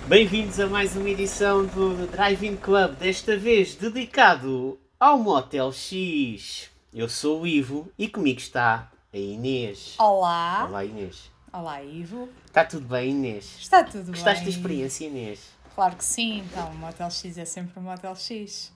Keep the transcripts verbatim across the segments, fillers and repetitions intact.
Bem-vindos a mais uma edição do Drive-In Club, desta vez dedicado ao Motel X. Eu sou o Ivo e comigo está a Inês. Olá. Olá, Inês. Olá, Ivo. Está tudo bem, Inês? Está tudo Gostaste bem. da experiência, Inês? Claro que sim, então o Motel X é sempre o Motel X.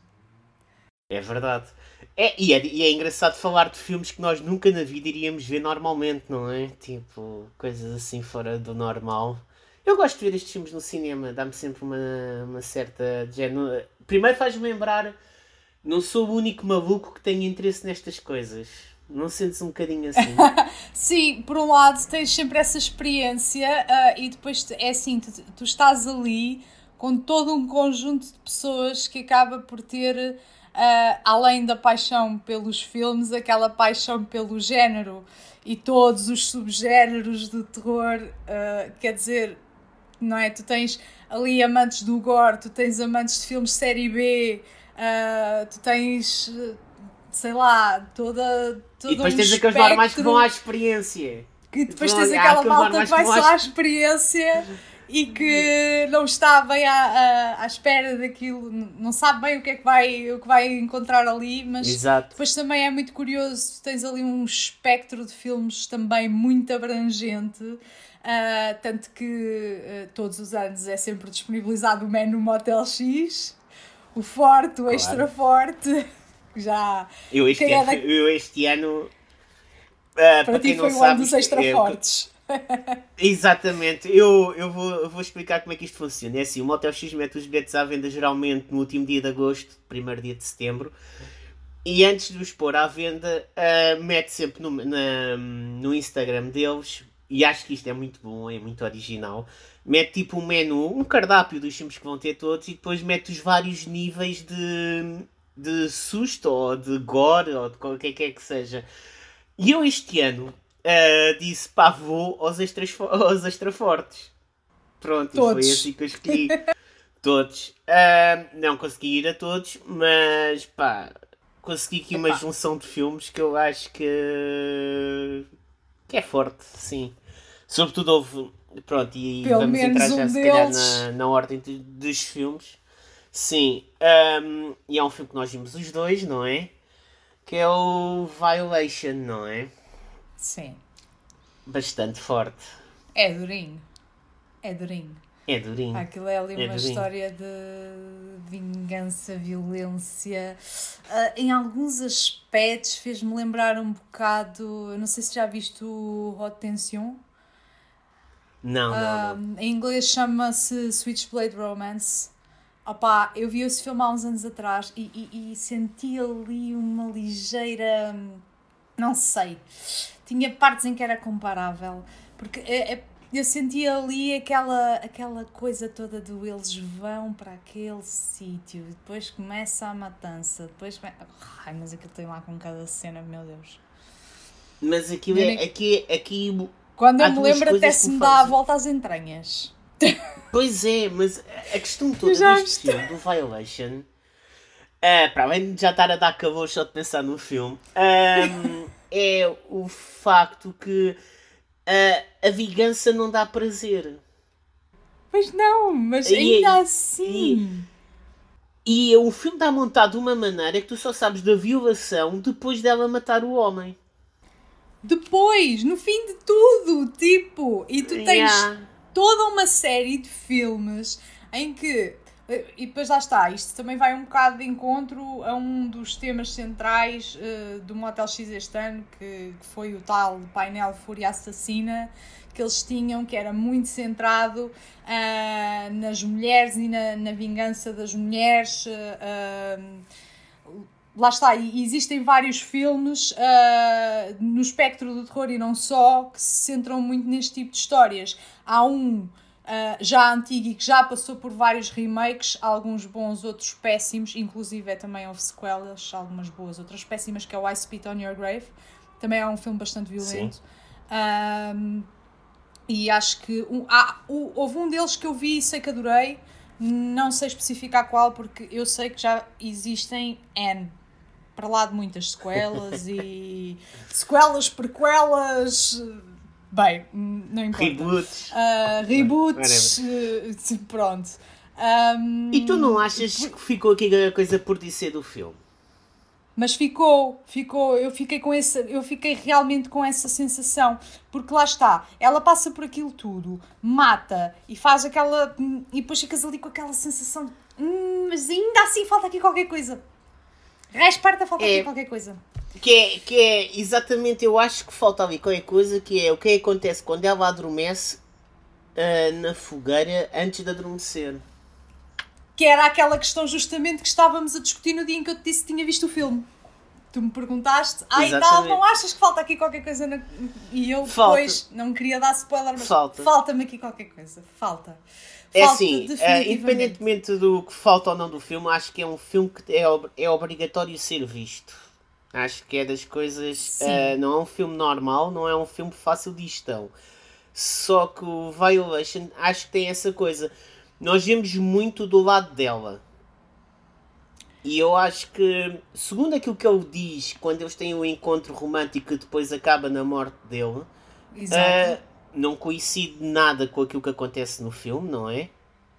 É verdade. É, e, é, e é engraçado falar de filmes que nós nunca na vida iríamos ver normalmente, não é? Tipo, coisas assim fora do normal. Eu gosto de ver estes filmes no cinema, dá-me sempre uma, uma certa... Genu... Primeiro faz-me lembrar, não sou o único maluco que tem interesse nestas coisas. Não sentes um bocadinho assim? Sim, por um lado tens sempre essa experiência uh, e depois é assim, tu, tu estás ali com todo um conjunto de pessoas que acaba por ter, uh, além da paixão pelos filmes, aquela paixão pelo género e todos os subgéneros do terror, uh, quer dizer... Não é? Tu tens ali amantes do gore, tu tens amantes de filmes de série B, uh, tu tens, sei lá, toda, todo E depois um tens aqueles espectro, normais que vão à experiência. que depois Vão- tens há aquela aqueles malta que normais vai vão só às- à experiência e que não está bem à, à, à espera daquilo, não sabe bem o que é que vai, o que vai encontrar ali, mas Exato. depois também é muito curioso, tens ali um espectro de filmes também muito abrangente. Uh, tanto que uh, todos os anos é sempre disponibilizado o menu Motel X, o forte, o Claro. extra forte. Já Eu este quem é ano, da- eu este ano ah, para quem ti não foi o sabe, ano dos isto- extra eu- fortes. Exatamente, eu, eu, vou, eu vou explicar como é que isto funciona. É assim, o Motel X mete os bilhetes à venda geralmente no último dia de agosto, primeiro dia de setembro, e antes de os pôr à venda, ah, mete sempre no, na- no Instagram deles, e acho que isto é muito bom, é muito original. Mete tipo um menu, um cardápio dos filmes que vão ter todos, e depois mete os vários níveis de, de susto, ou de gore, ou de qualquer que é que seja. E eu este ano ah, disse, pá, vou aos, extras, fo- aos extra fortes. Pronto, e foi Todos. assim que eu escolhi. Todos. Ah, não consegui ir a todos, mas pá, consegui aqui uma Epá. junção de filmes que eu acho que, que é forte, sim. Sobretudo houve, pronto, e Pelo vamos menos entrar já um se calhar deles. na, na ordem de- dos filmes. Sim, ahm, e é um filme que nós vimos os dois, não é? Que é o Violation, não é? Sim, Bastante forte. é durinho. É durinho. É durinho. Aquilo é ali É uma durinho. história de vingança, violência. Ah, em alguns aspectos fez-me lembrar um bocado. Não sei se já viste o Haute Tension. Não, não, não. Um, em inglês chama-se Switchblade Romance. Opa, eu vi esse filme há uns anos atrás e, e, e senti ali uma ligeira. Não sei. Tinha partes em que era comparável. Porque é, é- eu senti ali aquela, aquela coisa toda do eles vão para aquele sítio, depois começa a matança, depois. come- Ai, mas aquilo tem lá com cada cena, meu Deus. Mas aquilo Eu é. nem- Aqui, aqui Quando há eu me duas lembro, até coisas se que me me dá a fazem- volta às entranhas. Pois é, mas a questão toda já deste filme, do Violation, é, para além de já estar a dar calor só de pensar no filme, ahm, é o facto que ah, a vingança não dá prazer. Pois não, mas E- ainda assim. E o filme está montado de uma maneira que tu só sabes da violação depois dela matar o homem. Depois, no fim de tudo, tipo, e tu tens Yeah. toda uma série de filmes em que, e depois lá está, isto também vai um bocado de encontro a um dos temas centrais uh, do Motel X este ano, que, que foi o tal painel Fúria Assassina, que eles tinham, que era muito centrado uh, nas mulheres e na, na vingança das mulheres. Uh, uh, lá está, e existem vários filmes uh, no espectro do terror e não só, que se centram muito neste tipo de histórias. Há um uh, já antigo e que já passou por vários remakes, alguns bons, outros péssimos, inclusive também houve sequelas, algumas boas, outras péssimas, que é o I Spit on Your Grave. Também é um filme bastante violento. Um, e acho que um, ah, o, houve um deles que eu vi e sei que adorei, não sei especificar qual, porque eu sei que já existem N, para lá de muitas sequelas e sequelas, prequelas, bem, não importa. Reboots. Uh, reboots, uh, pronto. Um, e tu não achas que ficou aqui a coisa por dizer do filme? Mas ficou, ficou, eu fiquei com essa, eu fiquei realmente com essa sensação, porque lá está, ela passa por aquilo tudo, mata e faz aquela, e depois ficas ali com aquela sensação de, hum, mas ainda assim falta aqui qualquer coisa. Rasparta, falta é, aqui qualquer coisa. Que é, que é exatamente, eu acho que falta ali qualquer coisa, que é o que acontece quando ela adormece uh, na fogueira antes de adormecer. Que era aquela questão justamente que estávamos a discutir no dia em que eu te disse que tinha visto o filme. Tu me perguntaste, ah e tal, não achas que falta aqui qualquer coisa? Na... E eu falta. Depois, não queria dar spoiler, mas falta. falta-me aqui qualquer coisa. Falta. É falta assim, uh, independentemente do que falta ou não do filme, acho que é um filme que é, é obrigatório ser visto. Acho que é das coisas... Uh, não é um filme normal, não é um filme fácil de gestão. Só que o Violation, acho que tem essa coisa... Nós vemos muito do lado dela. E eu acho que, segundo aquilo que ele diz, quando eles têm um encontro romântico que depois acaba na morte dele, uh, não coincide nada com aquilo que acontece no filme, não é?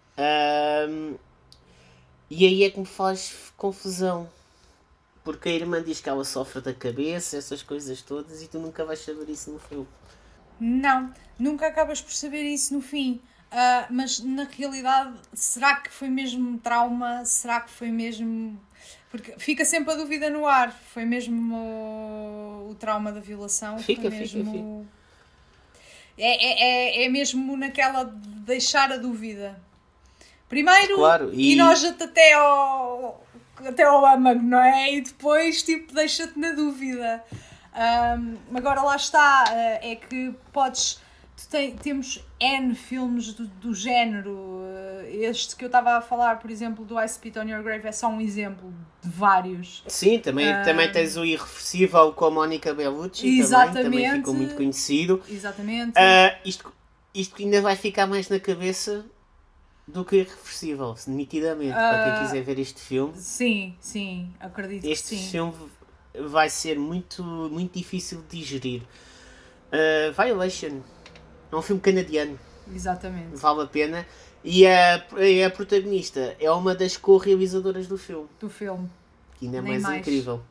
Uh, e aí é que me faz confusão. Porque a irmã diz que ela sofre da cabeça, essas coisas todas, e tu nunca vais saber isso no filme. Não, nunca acabas por saber isso no fim. Uh, mas na realidade, será que foi mesmo trauma? Será que foi mesmo... Porque fica sempre a dúvida no ar. Foi mesmo o, o trauma da violação? Fica, foi fica, mesmo... fica. É, é, é, é mesmo naquela de deixar a dúvida. Primeiro, claro, e... e nós até ao, até ao âmago, não é? E depois, tipo, deixa-te na dúvida. Um, agora lá está, uh, é que podes... Tem, temos N filmes do, do género. Este que eu estava a falar, por exemplo, do I Spit on Your Grave, é só um exemplo de vários. Sim, também, uh, também tens o Irreversível com a Mónica Bellucci. Exatamente. Também, também ficou muito conhecido. Exatamente. Uh, isto, isto ainda vai ficar mais na cabeça do que Irreversível, nitidamente, uh, para quem quiser ver este filme. Sim, sim, acredito este que sim. Este filme vai ser muito, muito difícil de digerir. Uh, Violation. É um filme canadiano. Exatamente. Vale a pena. E a, a protagonista é uma das co-realizadoras do filme. Do filme. Que ainda é mais, mais incrível.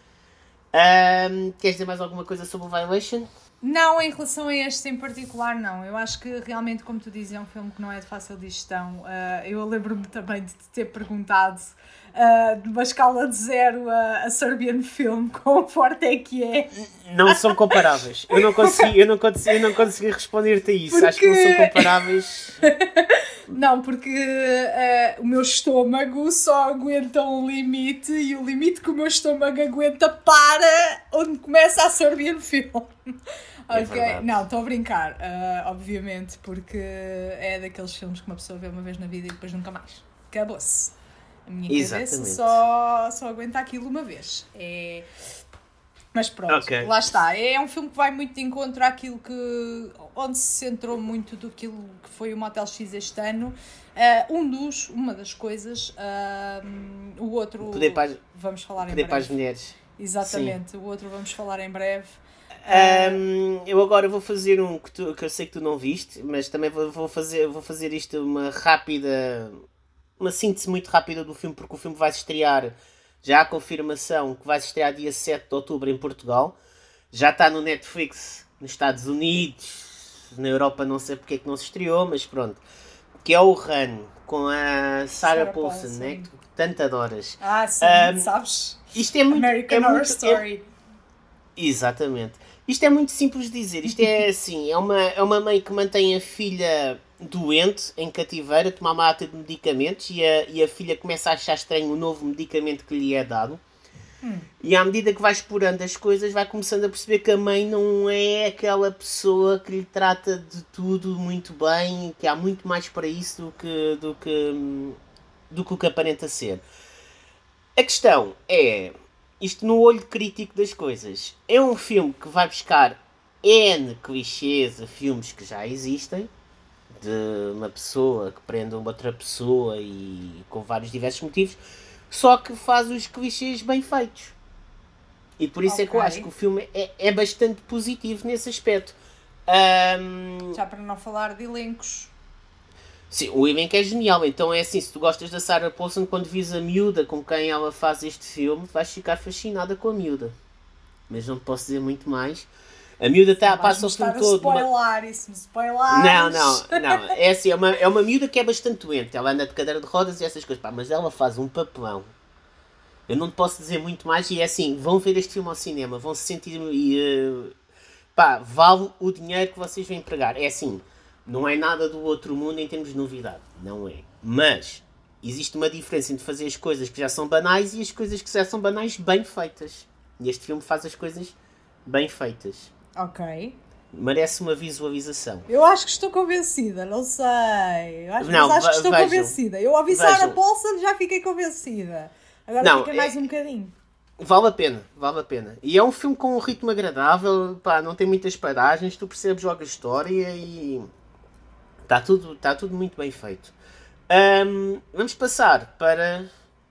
Um, queres dizer mais alguma coisa sobre o Violation? Não, em relação a este em particular, não. Eu acho que realmente, como tu dizes, é um filme que não é de fácil digestão. Uh, eu lembro-me também de te ter perguntado uh, de uma escala de zero a, a Serbian Film, quão forte é que é. Não são comparáveis. Eu não consegui, eu não consegui, eu não consegui responder-te a isso. Porque... Acho que não são comparáveis. Não, porque uh, o meu estômago só aguenta um limite e o limite que o meu estômago aguenta para onde começa a Serbian Film. É ok, verdade. Não, estou a brincar, uh, obviamente, porque é daqueles filmes que uma pessoa vê uma vez na vida e depois nunca mais. Acabou-se. A minha Exatamente. cabeça só, só aguenta aquilo uma vez. É... Mas pronto, okay. Lá está. É um filme que vai muito de encontro àquilo que... onde se centrou muito do que foi o Motel X este ano. Uh, um dos, uma das coisas, uh, o outro poder para, vamos falar em poder breve. Para as mulheres. Exatamente, sim. O outro vamos falar em breve. Um, eu agora vou fazer um que, tu, que eu sei que tu não viste, mas também vou, vou, fazer, vou fazer isto uma rápida, uma síntese muito rápida do filme, porque o filme vai se estrear, já há confirmação que vai se estrear dia sete de outubro em Portugal, já está no Netflix nos Estados Unidos, na Europa não sei porque é que não se estreou, mas pronto, que é o Run, com a Sarah, Sarah Paulson, Paulson, né, que tu tanto adoras. Ah, sim, um, sabes? Isto é muito... American é Horror muito, Story. É, exatamente. Isto é muito simples de dizer. Isto é assim, é uma, é uma mãe que mantém a filha doente, em cativeiro, a tomar uma ata de medicamentos e a, e a filha começa a achar estranho o novo medicamento que lhe é dado. Hum. E à medida que vai explorando as coisas, vai começando a perceber que a mãe não é aquela pessoa que lhe trata de tudo muito bem, que há muito mais para isso do que, do que, do que o que aparenta ser. A questão é... Isto no olho crítico das coisas. É um filme que vai buscar N clichês a filmes que já existem. De uma pessoa que prende uma outra pessoa e com vários diversos motivos. Só que faz os clichês bem feitos. E por isso okay. é que eu acho que o filme é, é bastante positivo nesse aspecto. Um, Já para não falar de elencos. Sim, o elenco é genial. Então é assim, se tu gostas da Sarah Paulson, quando vis a miúda com quem ela faz este filme, vais ficar fascinada com a miúda. Mas não te posso dizer muito mais. A miúda tá, passa o filme todo... spoiler, isso me spoiler. Não, não, não. É assim, é uma, é uma miúda que é bastante doente. Ela anda de cadeira de rodas e essas coisas. Pá, mas ela faz um papelão. Eu não te posso dizer muito mais. E é assim, vão ver este filme ao cinema. Vão se sentir... Uh, pá, vale o dinheiro que vocês vão empregar. É assim... Não é nada do outro mundo em termos de novidade. Não é. Mas existe uma diferença entre fazer as coisas que já são banais e as coisas que já são banais bem feitas. E este filme faz as coisas bem feitas. Ok. Merece uma visualização. Eu acho que estou convencida, não sei. Eu acho, não, mas acho que estou vejam, convencida. Eu ouvi Sarah Paulson e já fiquei convencida. Agora não, fica mais é... um bocadinho. Vale a pena, vale a pena. E é um filme com um ritmo agradável, pá, não tem muitas paragens, tu percebes logo a história e... Está tudo, tá tudo muito bem feito. Um, vamos passar para...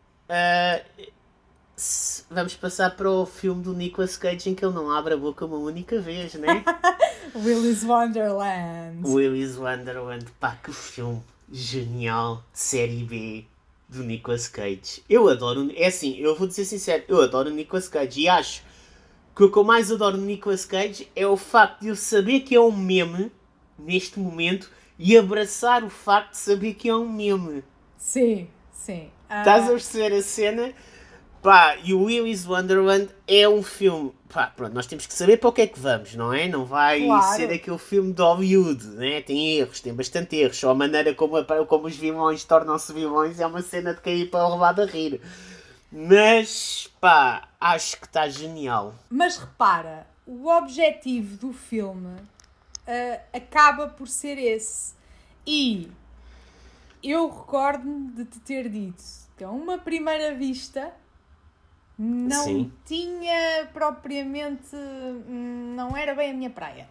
Uh, se, vamos passar para o filme do Nicolas Cage em que ele não abre a boca uma única vez, né? Willy's Wonderland. Willy's Wonderland. Pá, que filme genial de série B do Nicolas Cage. Eu adoro... É assim, eu vou dizer sincero, eu adoro o Nicolas Cage e acho que o que eu mais adoro no Nicolas Cage é o facto de eu saber que é um meme neste momento e abraçar o facto de saber que é um meme. Sim, sim. Uh... Estás a perceber a cena? Pá, e o Willy's Wonderland é um filme... Pá, pronto, nós temos que saber para o que é que vamos, não é? Não vai claro. ser aquele filme de Hollywood, né? Tem erros, tem bastante erros. Só a maneira como, como os vilões tornam-se vilões é uma cena de cair para o lado a rir. Mas, pá, acho que está genial. Mas repara, o objetivo do filme... Uh, acaba por ser esse. E eu recordo-me de te ter dito que a uma primeira vista não Sim. tinha propriamente... não era bem a minha praia.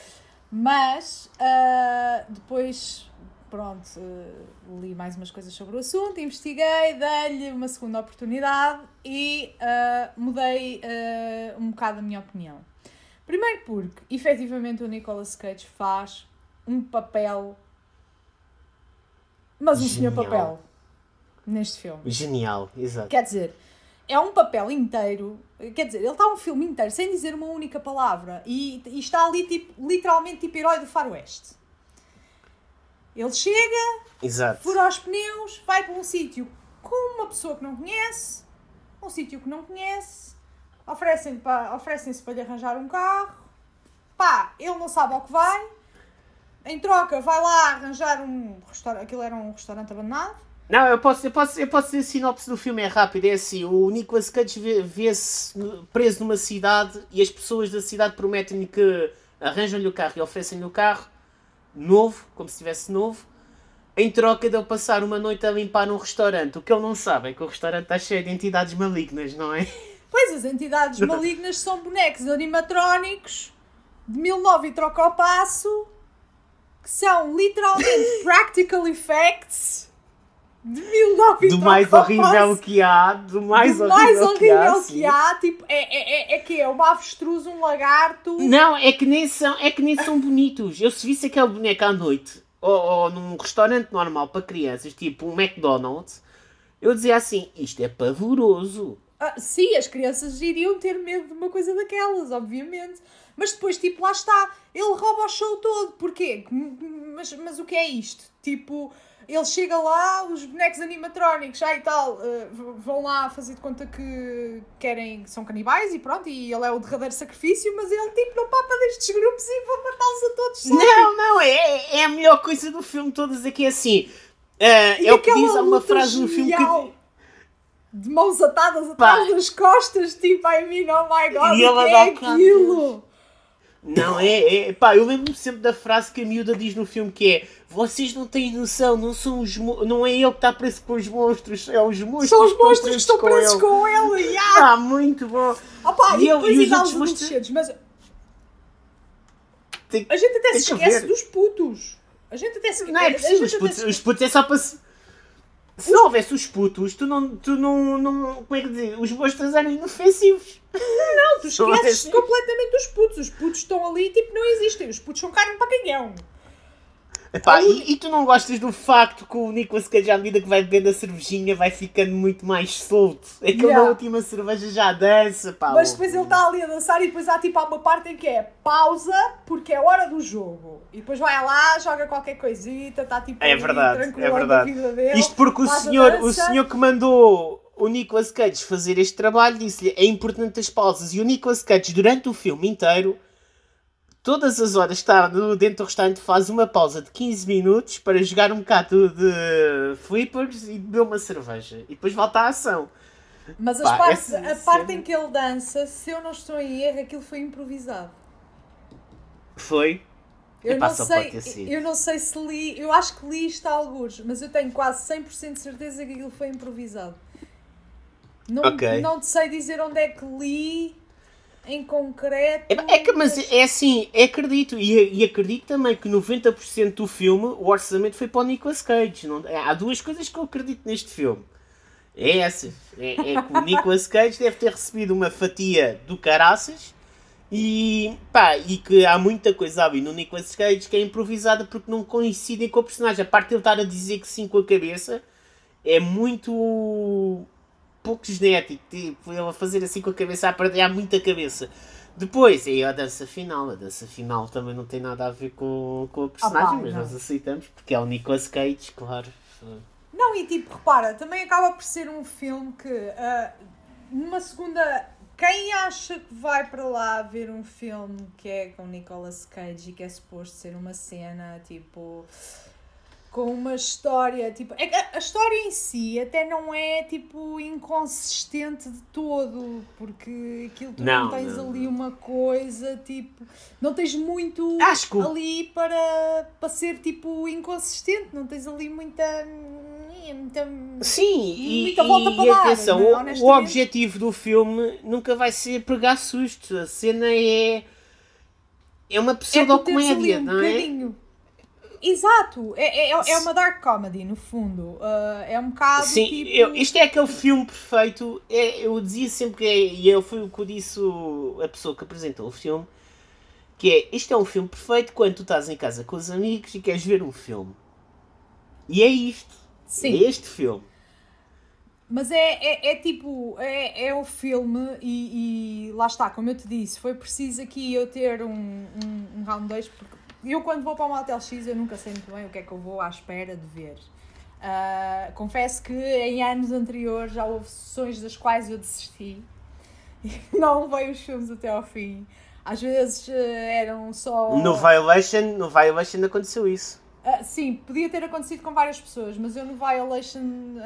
Mas uh, depois, pronto, uh, li mais umas coisas sobre o assunto, investiguei, dei-lhe uma segunda oportunidade e uh, mudei uh, um bocado a minha opinião. Primeiro porque, efetivamente, o Nicolas Cage faz um papel... Mas um senhor papel. Neste filme. Genial, exato. Quer dizer, é um papel inteiro... Quer dizer, ele está um filme inteiro sem dizer uma única palavra. E, e está ali, tipo, literalmente, tipo herói do faroeste. Ele chega... Exato. Fura os pneus, vai para um sítio com uma pessoa que não conhece. Um sítio que não conhece... Oferecem-se para, oferecem-se para lhe arranjar um carro. Pá, ele não sabe ao que vai. Em troca, vai lá arranjar um restaurante. Aquilo era um restaurante abandonado. Não, eu posso, eu posso, eu posso dizer a sinopse do filme, é rápido. É assim, o Nicolas Cage vê, vê-se preso numa cidade e as pessoas da cidade prometem-lhe que arranjam-lhe o carro e oferecem-lhe o carro novo, como se estivesse novo, em troca de ele passar uma noite a limpar num restaurante. O que ele não sabe é que o restaurante está cheio de entidades malignas, não é? Pois, as entidades malignas são bonecos animatrónicos de mil e nove e troca ao passo, que são literalmente practical effects de mil e nove e do troca mais ao horrível passo, que há, do mais do horrível, mais horrível que há, que há, tipo, é, é, é, é que é uma avestruz, um lagarto. Não, é que nem são, é que nem são bonitos. Eu se visse aquele boneco à noite, ou, ou num restaurante normal para crianças, tipo um McDonald's, eu dizia assim, isto é pavoroso. Ah, sim, as crianças iriam ter medo de uma coisa daquelas, obviamente. Mas depois, tipo, lá está. Ele rouba o show todo. Porquê? Mas, mas o que é isto? Tipo, ele chega lá, os bonecos animatrónicos, ah, e tal, uh, vão lá fazer de conta que querem, que são canibais e pronto, e ele é o derradeiro sacrifício, mas ele, tipo, não papa destes grupos e vão matá-los a todos. Sabe? Não, não, é, é a melhor coisa do filme todas aqui, é assim. Uh, é o que diz, há uma frase no filme que... de mãos atadas atrás Pá. das costas, tipo, I mean, oh my god, e o que é aquilo? Não, é, é, pá, eu lembro-me sempre da frase que a miúda diz no filme que é: vocês não têm noção, não são os mo- não é ele que está preso com os monstros, é os monstros são os que monstros que estão presos com, com ele, com ele yeah. Ah, muito bom. Opa, e, e depois e os outros monstros, mas tem, a gente até se esquece dos putos. A gente até se Não é preciso, os putos, os putos é só para se... Se não houvesse os putos, tu não, tu não, não como é que dizer, os monstros eram inofensivos. Não, tu esqueces completamente os putos. Os putos estão ali e tipo não existem. Os putos são carne para canhão. Epá, e, e tu não gostas do facto que o Nicolas Cage, à medida que vai bebendo a cervejinha, vai ficando muito mais solto? É que ele Yeah. na última cerveja já dança, pá. Mas depois ele está ali a dançar e depois há tipo há uma parte em que é pausa porque é hora do jogo. E depois vai lá, joga qualquer coisita, está tipo É ali, verdade, é tranquilão da verdade. vida dele. Isto porque o faz a senhor, o dança. senhor que mandou o Nicolas Cage fazer este trabalho disse-lhe é importante as pausas. E o Nicolas Cage, durante o filme inteiro, todas as horas está no- dentro do restaurante, faz uma pausa de quinze minutos para jogar um bocado de flippers e beber uma cerveja. E depois volta à ação. Mas as Pá, partes, essa a parte cena- em que ele dança, se eu não estou em erro, aquilo foi improvisado. Foi? Eu Epá, não, só sei, pode ter sido. eu não sei se li, eu acho que li isto a algures, mas eu tenho quase cem por cento de certeza que aquilo foi improvisado. Não, Ok. não te sei dizer onde é que li em concreto. É, é que, mas é assim, é acredito. E, e acredito também que noventa por cento do filme, o orçamento foi para o Nicolas Cage. Não, há duas coisas que eu acredito neste filme. É essa. É, é que o Nicolas Cage deve ter recebido uma fatia do caraças e, pá, e que há muita coisa ali no Nicolas Cage que é improvisada porque não coincidem com o personagem. A parte de ele estar a dizer que sim com a cabeça é muito pouco genético. Tipo, ele a fazer assim com a cabeça a perder há muita cabeça. Depois, é a dança final. A dança final também não tem nada a ver com, com o personagem, pá, mas não. nós aceitamos porque é o Nicolas Cage, claro. Não, e tipo, repara, também acaba por ser um filme que, ah, numa segunda, quem acha que vai para lá ver um filme que é com Nicolas Cage e que é suposto ser uma cena, tipo, com uma história, tipo, é que a, a história em si até não é, tipo, inconsistente de todo, porque aquilo tu não, Não, tens não, ali uma coisa, tipo, não tens muito Acho que o- ali para, para ser, tipo, inconsistente, não tens ali muita... muita Sim, e, Muita volta e para dar, atenção, não é? o- o, Honestamente. objetivo do filme nunca vai ser pegar sustos. A cena é. É uma é tu teres ali pseudo-comédia, um não é? bocadinho. Exato, é, é, é uma dark comedy no fundo. Uh, é um bocado Sim, tipo. eu, isto é aquele filme perfeito. É, eu dizia sempre que é, e eu fui o que eu disse o- a pessoa que apresentou o filme, que é, isto é um filme perfeito quando tu estás em casa com os amigos e queres ver um filme. E é isto. Sim. É este filme. Mas é, é, é tipo, é, é o filme e, e lá está, como eu te disse, foi preciso aqui eu ter um, um, um round dois, porque eu quando vou para o Motel X eu nunca sei muito bem o que é que eu vou à espera de ver. Uh, confesso que em anos anteriores já houve sessões das quais eu desisti e não levei os filmes até ao fim. Às vezes uh, eram só... No Violation, no Violation aconteceu isso. Uh, sim, podia ter acontecido com várias pessoas, mas eu no Violation uh,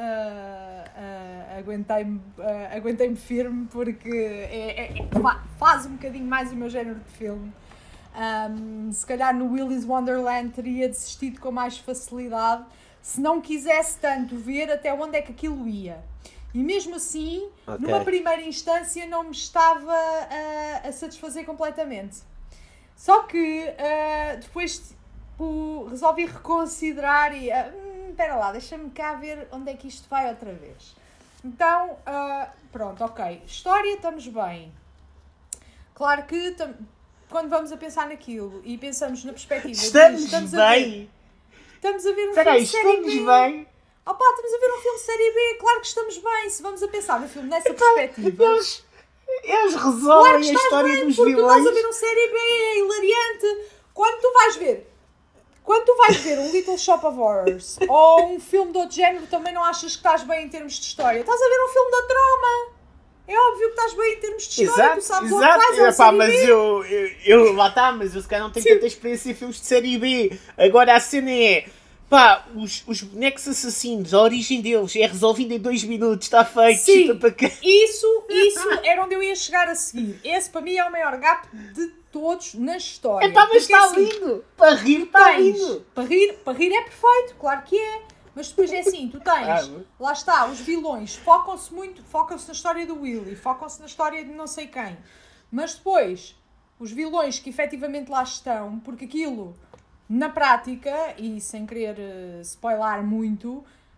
uh, aguentei-me uh, aguentei-me firme porque é, é, é, fa- faz um bocadinho mais o meu género de filme. Um, se calhar no Willy's Wonderland teria desistido com mais facilidade se não quisesse tanto ver até onde é que aquilo ia. E mesmo assim, Ok. numa primeira instância, não me estava uh, a satisfazer completamente. Só que uh, depois... Tipo, resolvi reconsiderar e uh, hum, espera lá, deixa-me cá ver onde é que isto vai outra vez. Então, uh, pronto, ok. História, estamos bem. Claro que tam- quando vamos a pensar naquilo e pensamos na perspectiva de Estamos, estamos a ver, bem. estamos a ver um Espera aí, filme de série estamos B. bem. Opa, estamos a ver um filme de série B, claro que estamos bem. Se vamos a pensar no filme nessa perspectiva. Eles, eles Claro resolvem que a estás história bem, dos porque tu estás a vilões. ver um série B, é hilariante. Quando tu vais ver, quando tu vais ver um Little Shop of Horrors ou um filme de outro género, também não achas que estás bem em termos de história. Estás a ver um filme da trama. É óbvio que estás bem em termos de história, Exato, tu sabes onde exato. vais, é um Epá, série mas B. eu, eu, eu, lá está, mas eu se calhar não tenho tanta experiência em filmes de série B. Agora a cena é, pá, os, os bonecos assassinos, a origem deles é resolvida em dois minutos, está feito. Sim. chuta para cá. Isso, isso era onde eu ia chegar a seguir. Esse para mim é o maior gap de todos na história. Epá, mas Porque, está assim, lindo. Para rir está tens, lindo. para rir, para rir é perfeito, claro que é. Mas depois é assim, tu tens, Ah, lá está, os vilões focam-se muito, focam-se na história do Willy, focam-se na história de não sei quem. Mas depois, os vilões que efetivamente lá estão, porque aquilo, na prática, e sem querer uh, spoiler muito,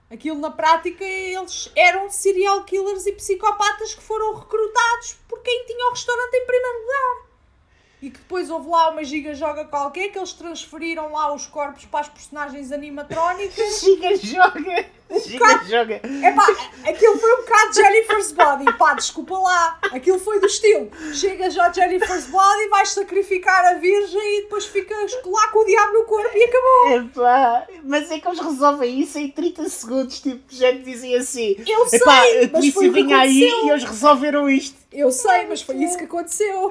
Aquilo na prática eles eram serial killers e psicopatas que foram recrutados por quem tinha o restaurante em primeiro lugar. E que depois houve lá uma giga-joga qualquer que eles transferiram lá os corpos para as personagens animatrónicas. Giga-joga! Giga-joga! Epá, aquilo foi um bocado Jennifer's Body. Pá, desculpa lá. Aquilo foi do estilo. Chega já Jennifer's Body, vais sacrificar a virgem e depois ficas lá com o diabo no corpo e acabou. Epá, mas é que eles resolvem isso em trinta segundos. Tipo, já te dizem assim. Eu sei, epá, a mas foi polícia o que vinha aí aconteceu. e eles resolveram isto. Eu sei, mas foi isso que aconteceu.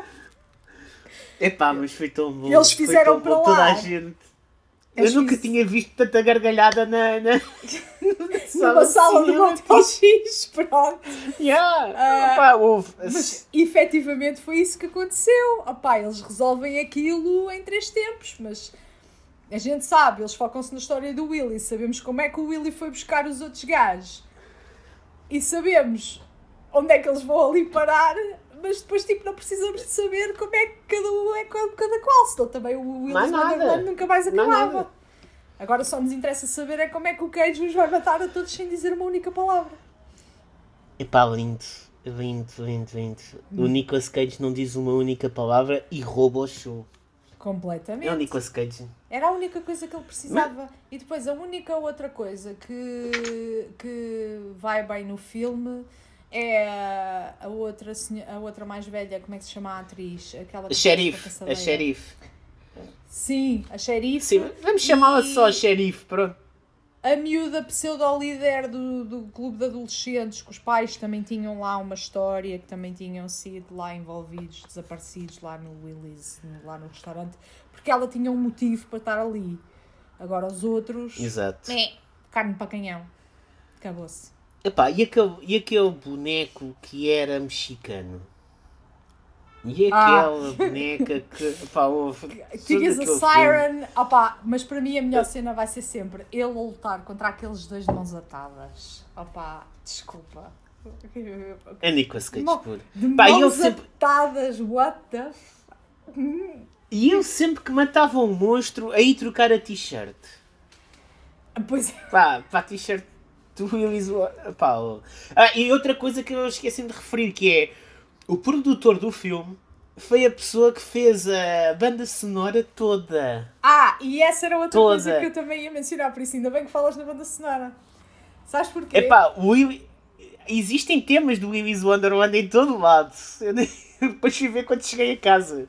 Epá, mas foi tão bom. Eles fizeram foi tão bom, para lá. toda a gente. Eles Eu nunca fiz... tinha visto tanta gargalhada na, na... numa sala de Motel X, pronto. Yeah. Uh, Opa, houve. Mas efetivamente foi isso que aconteceu. Opá, eles resolvem aquilo em três tempos, mas a gente sabe, eles focam-se na história do Willy, sabemos como é que o Willy foi buscar os outros gajos e sabemos onde é que eles vão ali parar, mas depois tipo, não precisamos de saber como é que cada um é com cada qual, senão também o Willy's Wonderland nunca mais acabava. Agora só nos interessa saber é como é que o Cage os vai matar a todos sem dizer uma única palavra. Epá, lindo, lindo, lindo, lindo. Hum. O Nicolas Cage não diz uma única palavra e rouba o show. Completamente. É o Nicolas Cage. Era a única coisa que ele precisava. Mas... E depois a única outra coisa que, que vai bem no filme é a outra, a outra mais velha, como é que se chama a atriz? Aquela a xerife, a xerife. Sim, a xerife. Sim, vamos chamá-la só a xerife, pronto. A miúda pseudo-líder do, do clube de adolescentes, que os pais também tinham lá uma história, que também tinham sido lá envolvidos, desaparecidos lá no Willy's, lá no restaurante, porque ela tinha um motivo para estar ali. Agora os outros... Exato. É, carne para canhão. Acabou-se. Epá, e aquele, e aquele boneco que era mexicano? E aquela ah. boneca que... Epá, houve... Tinhas a Siren... Opá, mas para mim a melhor cena vai ser sempre ele a lutar contra aqueles dois de mãos atadas. Opá, desculpa. É Nicolas Cage puro. De Pá, mãos sempre... atadas, what the f... E eu sempre que matava um monstro, aí trocar a t-shirt. Pois é. Pá, pá, a t-shirt do Willy's... Pá, oh. Ah, e outra coisa que eu esqueci de referir, que é... O produtor do filme foi a pessoa que fez a banda sonora toda. Ah, e essa era outra toda. coisa que eu também ia mencionar, por isso ainda bem que falas na banda sonora. Sabes porquê? Epá, o Willy... Existem temas do Willy's Wonderland em todo lado. Eu nem... Depois fui ver quando cheguei a casa.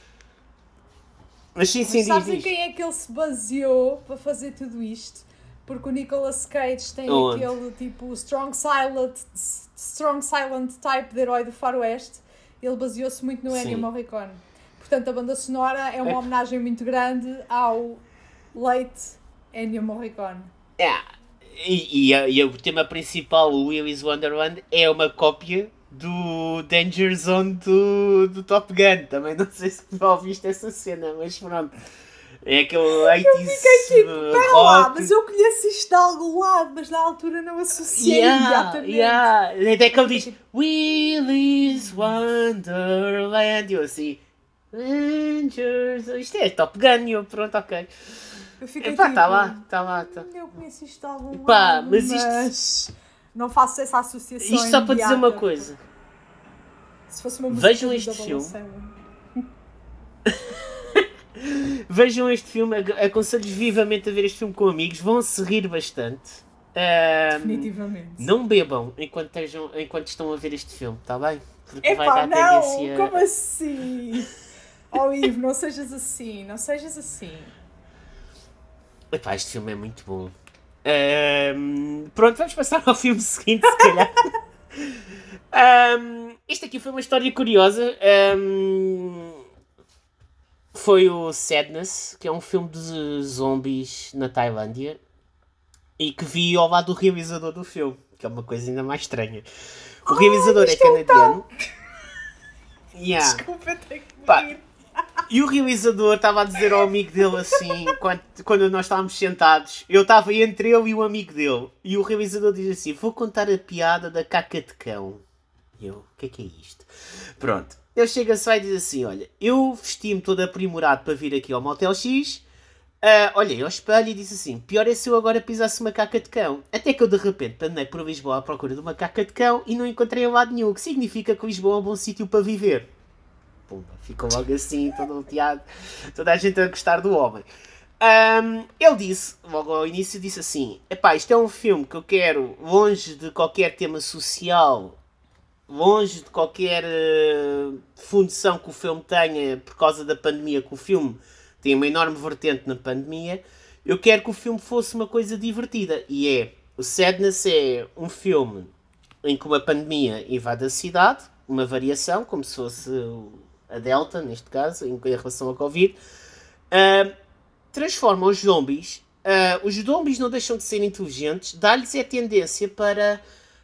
Mas sim, sim, Mas sabes diz, em quem é que ele se baseou para fazer tudo isto? Porque o Nicolas Cage tem Onde? aquele tipo strong silent, strong silent type de herói do faroeste. Ele baseou-se muito no Ennio Morricone. Portanto, a banda sonora é uma é. homenagem muito grande ao late Ennio Morricone. É. E, e, e o tema principal, o Willy's Wonderland, é uma cópia do Danger Zone do, do Top Gun. Também não sei se já ouviste essa cena, mas pronto. É aquele oitenta Eu fiquei tipo, pera lá, mas eu conheço isto de algum lado, mas na altura não associei yeah, imediatamente. Yeah. Até que ele diz Willy's Wonderland. Eu assim, Rangers. Isto é Top Gun. Eu, pronto, ok. Eu fiquei Epá, tipo, tá lá, tá lá. Tá. Eu conheço isto de algum Epá, lado, mas, mas isto, não faço essa associação. Isto só para dizer uma coisa. Se fosse uma música Vejam este filme. Vejam este filme, aconselho-vos vivamente a ver este filme com amigos, vão se rir bastante. Um, Definitivamente. Não bebam enquanto, estejam, enquanto estão a ver este filme, está bem? Porque Epá, vai dar não, tendência... como assim? Oh Ivo, não sejas assim, não sejas assim. Epá, este filme é muito bom. Um, pronto, vamos passar ao filme seguinte, se calhar. um, este aqui foi uma história curiosa. Um, Foi o Sadness, que é um filme de zombies na Tailândia e que vi ao lado do realizador do filme, que é uma coisa ainda mais estranha. O oh, realizador é canadiano. Yeah. Desculpa, eu tenho que Pá, rir. E o realizador estava a dizer ao amigo dele assim, quando, quando nós estávamos sentados, eu estava entre ele e o amigo dele, e o realizador diz assim, vou contar a piada da caca de cão. E eu, o que é que é isto? Pronto. Ele chega-se e diz assim, olha, eu vesti-me todo aprimorado para vir aqui ao Motel X, Uh, olhei ao espelho e disse assim: pior é se eu agora pisasse uma caca de cão. Até que eu de repente andei por Lisboa à procura de uma caca de cão e não encontrei a lado nenhum, o que significa que Lisboa é um bom sítio para viver. Pumba, ficou logo assim, todo o teatro, toda a gente a gostar do homem. Um, ele disse, logo ao início, disse assim: epá, isto é um filme que eu quero longe de qualquer tema social, longe de qualquer uh, função que o filme tenha por causa da pandemia, que o filme tem uma enorme vertente na pandemia. Eu quero que o filme fosse uma coisa divertida. E é, o Sadness é um filme em que uma pandemia invade a cidade, uma variação, como se fosse a Delta, neste caso, em relação ao Covid. Uh, transforma os zombies. Uh, os zombies não deixam de ser inteligentes, dá-lhes a tendência para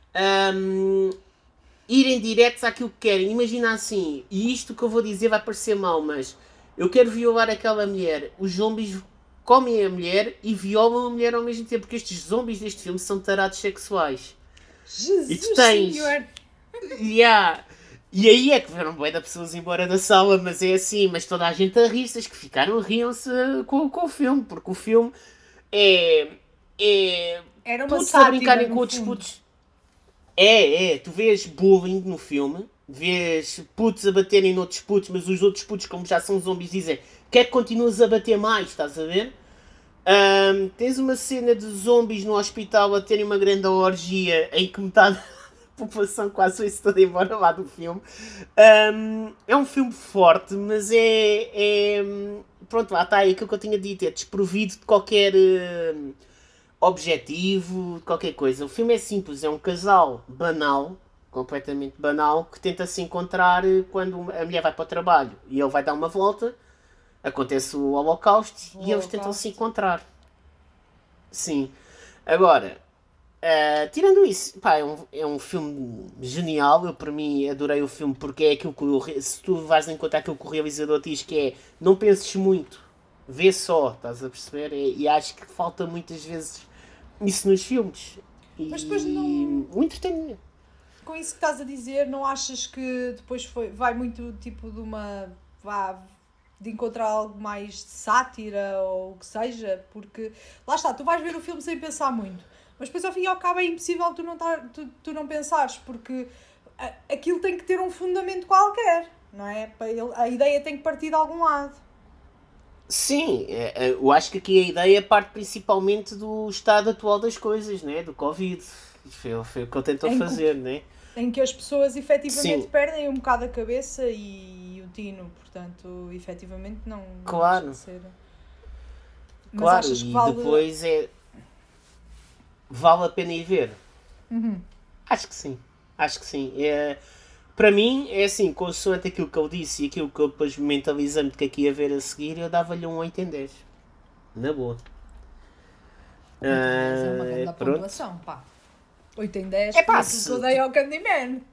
um, irem diretos àquilo que querem. Imagina assim, e isto que eu vou dizer vai parecer mal, mas eu quero violar aquela mulher. Os zombies comem a mulher e violam a mulher ao mesmo tempo, porque estes zombies deste filme são tarados sexuais. Jesus, e tu tens... senhor! Yeah. E aí é que foram bué de pessoas embora da sala, mas é assim, mas toda a gente a rir-se, as que ficaram riam-se com, com o filme, porque o filme é... é Era uma putos a brincarem com fundo. outros putos. É, é, tu vês bullying no filme, vês putos a baterem noutros putos, mas os outros putos, como já são zombies, dizem: quer que continuas a bater mais, estás a ver? Um, tens uma cena de zombies no hospital a terem uma grande orgia em que metade da população quase foi-se toda embora lá do filme. Um, é um filme forte, mas é, é... Pronto, lá está aí aquilo que eu tinha dito, é desprovido de qualquer uh, objetivo, de qualquer coisa. O filme é simples, é um casal banal, completamente banal, que tenta se encontrar quando a mulher vai para o trabalho e ele vai dar uma volta, acontece o holocausto o e eles tentam se encontrar. Sim. Agora, uh, tirando isso, pá, é, um, é um filme genial. Eu, para mim, adorei o filme porque é aquilo que eu, se tu vais encontrar aquilo que o realizador diz, que é: não penses muito, vê só, estás a perceber? E, e acho que falta muitas vezes isso nos filmes. E, mas depois não... o entretenimento. Com isso que estás a dizer, não achas que depois foi, vai muito tipo de uma... Vá, de encontrar algo mais de sátira ou o que seja? Porque, lá está, tu vais ver o filme sem pensar muito. Mas depois, ao fim e ao cabo, é impossível tu não, tar, tu, tu não pensares, porque a, aquilo tem que ter um fundamento qualquer, não é? A ideia tem que partir de algum lado. Sim, eu acho que aqui a ideia parte principalmente do estado atual das coisas, né? Do Covid. Foi, foi o que ele tentou em fazer, que, né? Em que as pessoas efetivamente Sim. perdem um bocado a cabeça e, e o tino, portanto, efetivamente não, claro. não ser. Mas claro, achas que e vale... depois é... Vale a pena ir ver? Uhum. Acho que sim, acho que sim. É... Para mim, é assim, consoante aquilo que eu disse e aquilo que eu depois mentalizando que aqui ia ver a seguir, eu dava-lhe um oito em dez. Na boa. oito em dez é uma grande uh, pontuação, pá. oito em dez, é pá, se... que eu dei ao Candyman.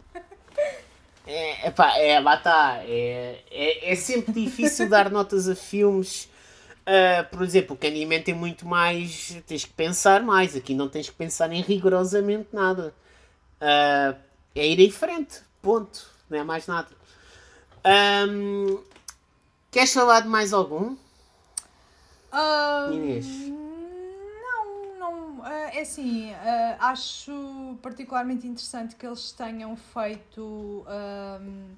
É, é pá, é, lá está. É, é, é sempre difícil dar notas a filmes. Uh, por exemplo, o Candyman tem muito mais... Tens que pensar mais. Aqui não tens que pensar em rigorosamente nada. Uh, é ir em frente. Ponto. Não é mais nada. Um, queres falar de mais algum? Uh, Inês? Não, não. Uh, é assim, uh, acho particularmente interessante que eles tenham feito um,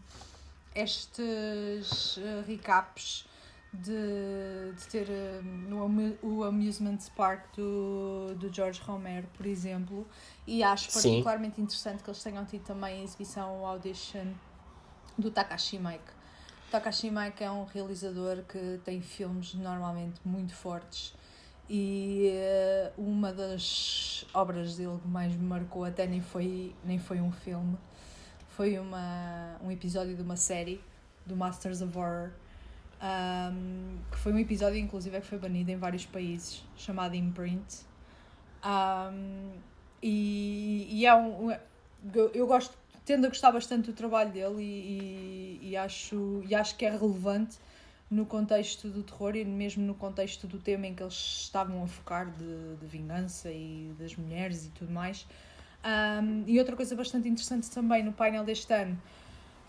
estes uh, recaps de, de ter uh, no, o Amusement Park do, do George Romero, por exemplo, e acho particularmente Sim. interessante que eles tenham tido também a exibição, o audition do Takashi Miike. O Takashi Miike é um realizador que tem filmes normalmente muito fortes e uh, uma das obras dele que mais me marcou até nem foi, nem foi um filme, foi uma, um episódio de uma série do Masters of Horror. Um, que foi um episódio inclusive que foi banido em vários países, chamado Imprint, um, e, e é um, eu, eu gosto, tendo a gostar bastante do trabalho dele e, e, e, acho, e acho que é relevante no contexto do terror e mesmo no contexto do tema em que eles estavam a focar de, de vingança e das mulheres e tudo mais. Um, e outra coisa bastante interessante também no painel deste ano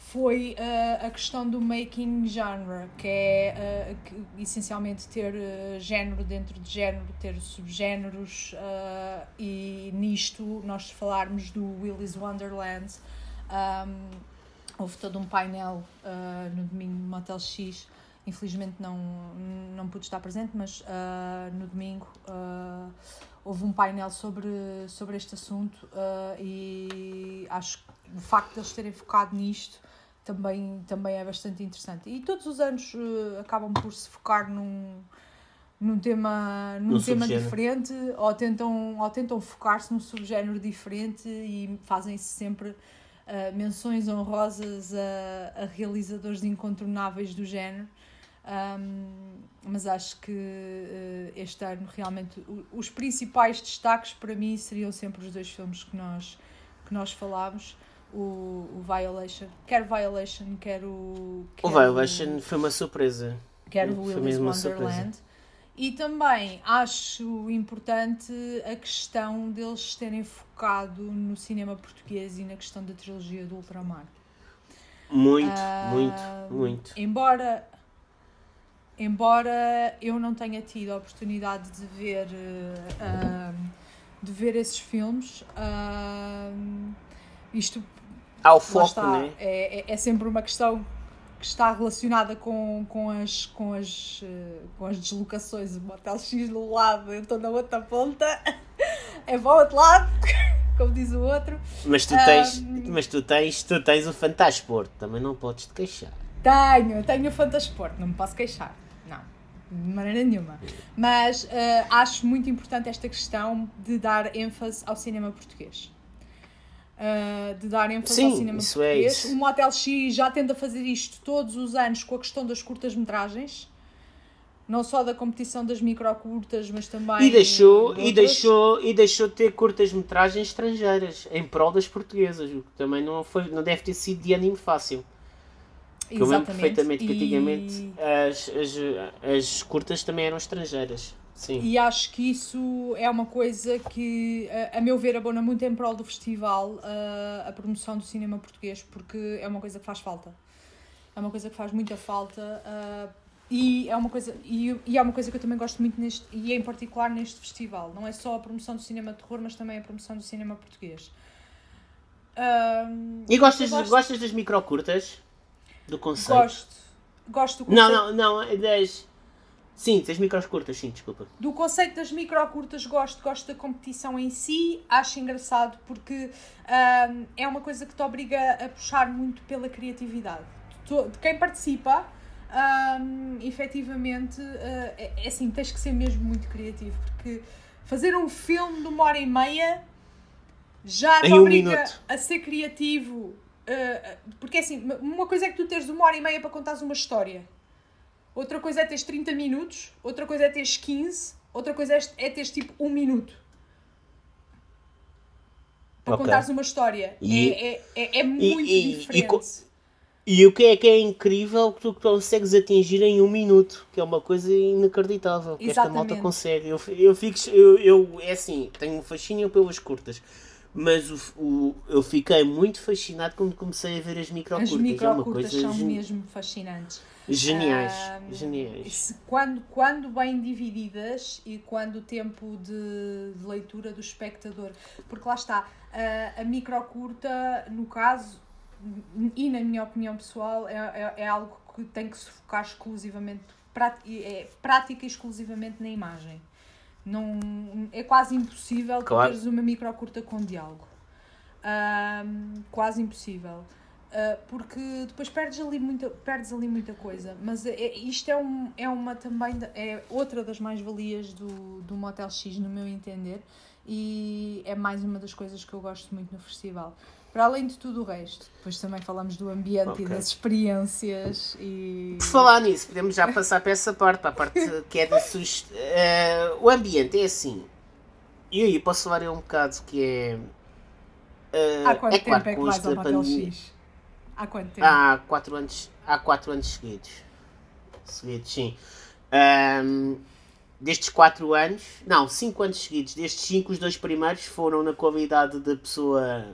foi uh, a questão do making genre, que é uh, que, essencialmente ter uh, género dentro de género, ter subgéneros, uh, e nisto nós falarmos do Willy's Wonderland. Um, houve todo um painel uh, no domingo no Motel X, infelizmente não, não pude estar presente, mas uh, no domingo uh, houve um painel sobre, sobre este assunto, uh, e acho que o facto de eles terem focado nisto também, também é bastante interessante. E todos os anos uh, acabam por se focar num, num tema, num no tema diferente, ou tentam, ou tentam focar-se num subgénero diferente, e fazem-se sempre uh, menções honrosas a, a realizadores incontornáveis do género. Um, mas acho que uh, este ano realmente o, os principais destaques para mim seriam sempre os dois filmes que nós, que nós falámos. O, o Violation, quer Violation, quer o... Quer o Violation o, foi uma surpresa. Quer o Willy's Wonderland. E também acho importante a questão deles terem focado no cinema português e na questão da trilogia do Ultramar. Muito, uh, muito, muito. Embora, embora eu não tenha tido a oportunidade de ver, uh, de ver esses filmes, uh, isto... Há o foco, está, né? é, é, é sempre uma questão que está relacionada com, com, as, com, as, uh, com as deslocações. O Motel X do lado, eu estou na outra ponta, é para o outro lado, como diz o outro. Mas tu tens, um, mas tu tens, tu tens o Fantasporto, também não podes te queixar. Tenho, tenho o Fantasporto, não me posso queixar, não, de maneira nenhuma. Mas uh, acho muito importante esta questão de dar ênfase ao cinema português. Uh, de dar ênfase Sim, ao cinema isso português. É isso. O Motel X já tenta fazer isto todos os anos com a questão das curtas-metragens, não só da competição das microcurtas, mas também e deixou de e deixou e deixou de ter curtas-metragens estrangeiras em prol das portuguesas, o que também não foi, não deve ter sido de ânimo fácil. Eu lembro perfeitamente que antigamente as, as, as curtas também eram estrangeiras. Sim. E acho que isso é uma coisa que, a meu ver, abona muito em prol do festival, a, a promoção do cinema português, porque é uma coisa que faz falta. É uma coisa que faz muita falta, uh, e, é uma coisa, e, e é uma coisa que eu também gosto muito, neste, e em particular neste festival. Não é só a promoção do cinema de terror, mas também a promoção do cinema português. Uh, e gostas, gosto, gostas das microcurtas? Do conceito? Gosto. Gosto do conceito. Não, não, não, das... Sim, das micros curtas, sim, desculpa. Do conceito das microcurtas gosto, gosto da competição em si, acho engraçado porque um, é uma coisa que te obriga a puxar muito pela criatividade. De quem participa, um, efetivamente, uh, é, é assim, tens que ser mesmo muito criativo, porque fazer um filme de uma hora e meia já te em um obriga minuto. a ser criativo, uh, porque assim, uma coisa é que tu tens uma hora e meia para contares uma história. Outra coisa é teres trinta minutos, outra coisa é teres quinze, outra coisa é teres tipo um minuto para okay. contares uma história. E, é, é, é muito e, diferente. E, e o que é que é incrível que tu consegues atingir em um minuto, que é uma coisa inacreditável, que esta malta consegue. Eu, eu fico, eu, eu, é assim, tenho um fascínio pelas curtas, mas o, o, eu fiquei muito fascinado quando comecei a ver as microcurtas. As microcurtas é uma coisa são gen... mesmo fascinantes. Geniais, um, geniais. Quando, quando bem divididas e quando o tempo de, de leitura do espectador, porque lá está, a, a microcurta, no caso, e na minha opinião pessoal, é, é, é algo que tem que se focar exclusivamente, é prática exclusivamente na imagem. Não, é quase impossível claro. teres uma microcurta com diálogo. Um, quase impossível. Uh, porque depois perdes ali muita, perdes ali muita coisa, mas é, isto é, um, é uma também é outra das mais-valias do, do Motel X, no meu entender, e é mais uma das coisas que eu gosto muito no festival, para além de tudo o resto. Depois também falamos do ambiente okay. e das experiências e... Por falar nisso, podemos já passar para essa parte, para a parte que é da sugest... uh, o ambiente é assim, e aí posso falar um bocado que é uh, há quanto é tempo claro, é que vais ao Motel X? Há quanto tempo? Há quatro anos, há quatro anos seguidos. Seguidos, sim. Um, destes quatro anos, não, cinco anos seguidos. Destes cinco, os dois primeiros foram na qualidade de pessoa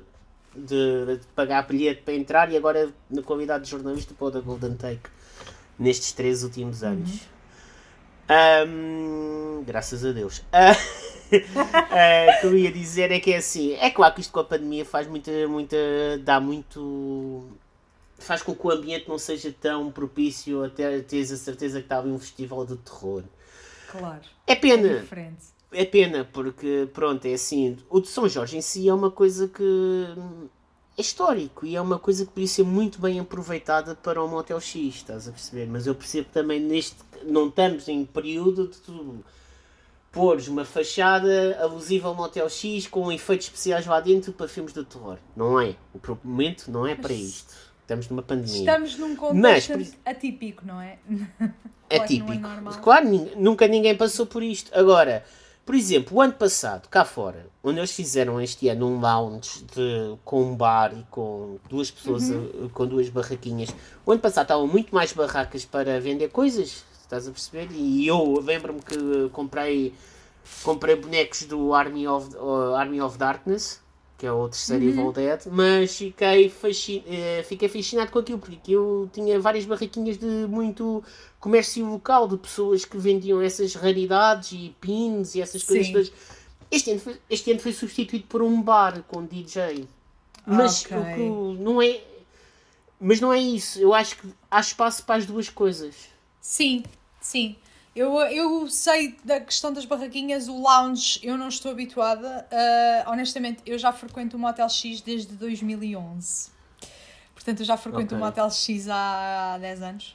de, de pagar bilhete para entrar e agora na qualidade de jornalista para o da Golden Take nestes três últimos anos. Uhum. Um, graças a Deus. Uh, uh, o que eu ia dizer é que é assim, é claro que isto com a pandemia faz muita, muita, dá muito, faz com que o ambiente não seja tão propício a ter, teres a certeza que está ali um festival de terror. Claro. É pena. É diferente. É pena, porque pronto, é assim, o de São Jorge em si é uma coisa que é histórico e é uma coisa que podia ser muito bem aproveitada para o Motel X, estás a perceber? Mas eu percebo também neste, não estamos em período de tu pôres uma fachada alusiva ao Motel X com efeitos especiais lá dentro para filmes de terror. Não é. O momento não é para isto. Estamos numa pandemia. Estamos num contexto Mas, atípico, não é? É típico. Não é claro, nunca ninguém passou por isto. Agora, por exemplo, o ano passado, cá fora, onde eles fizeram este ano um lounge de, com um bar e com duas pessoas, uhum. com duas barraquinhas. O ano passado estavam muito mais barracas para vender coisas, estás a perceber? E eu lembro-me que comprei, comprei bonecos do Army of, uh, Army of Darkness, que é o terceiro uhum. Evil Dead, mas fiquei, fascin... fiquei fascinado com aquilo, porque eu tinha várias barraquinhas de muito comércio local, de pessoas que vendiam essas raridades e pins e essas coisas todas. Este ano, foi, este ano foi substituído por um bar com D J. Mas, okay. o que não é, mas não é isso. Eu acho que há espaço para as duas coisas. Sim, sim. Eu, eu sei da questão das barraquinhas, o lounge eu não estou habituada. Uh, honestamente, eu já frequento o Motel X desde dois mil e onze. Portanto, eu já frequento okay. o Motel X há, há dez anos.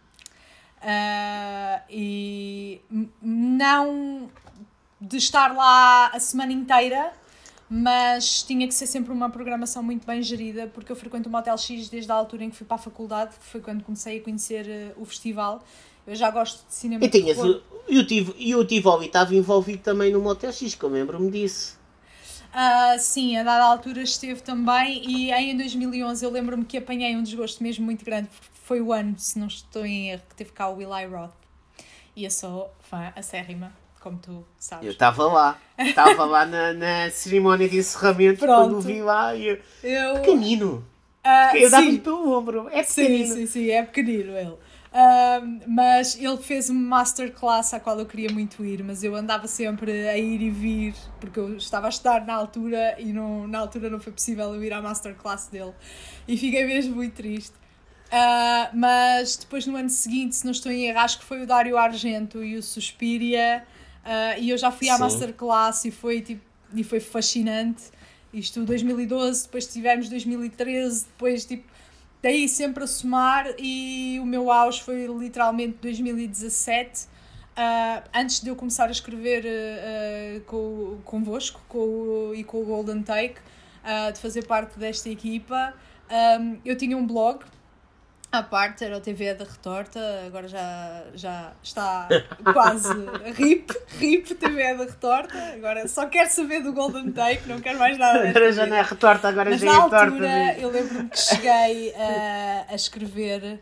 Uh, e não de estar lá a semana inteira, mas tinha que ser sempre uma programação muito bem gerida, porque eu frequento o Motel X desde a altura em que fui para a faculdade, que foi quando comecei a conhecer uh, o festival. Eu já gosto de cinema e de terror. E eu tive, eu tive ali, estava envolvido também no Motel X, que eu lembro-me disso. Uh, sim, a dada altura esteve também, e em dois mil e onze eu lembro-me que apanhei um desgosto mesmo muito grande, porque foi o ano, se não estou em erro, que teve cá o Eli Roth. E eu sou fã acérrima, como tu sabes. Eu estava lá, estava lá na, na cerimónia de encerramento, Pronto. Quando vi lá, e eu... eu... Pequenino. Uh, eu dava-lhe pelo ombro, é pequenino. Sim, sim, sim, é pequenino ele. Uh, mas ele fez uma masterclass à qual eu queria muito ir, mas eu andava sempre a ir e vir, porque eu estava a estudar na altura e não, na altura não foi possível eu ir à masterclass dele, e fiquei mesmo muito triste. Uh, mas depois no ano seguinte, se não estou em erro, acho que foi o Dario Argento e o Suspiria, uh, e eu já fui à Sim. masterclass e foi, tipo, e foi fascinante. Isto dois mil e doze, depois tivemos dois mil e treze, depois tipo daí sempre a somar, e o meu auge foi literalmente dois mil e dezassete, uh, antes de eu começar a escrever uh, com, convosco com o, e com o Golden Take, uh, de fazer parte desta equipa. Um, eu tinha um blog à parte, era o T V da Retorta, agora já, já está quase rip, rip T V da Retorta, agora só quero saber do Golden Take, não quero mais nada. Agora já não é Retorta, agora Mas já é Retorta. Mas na altura eu lembro-me que cheguei a, a escrever...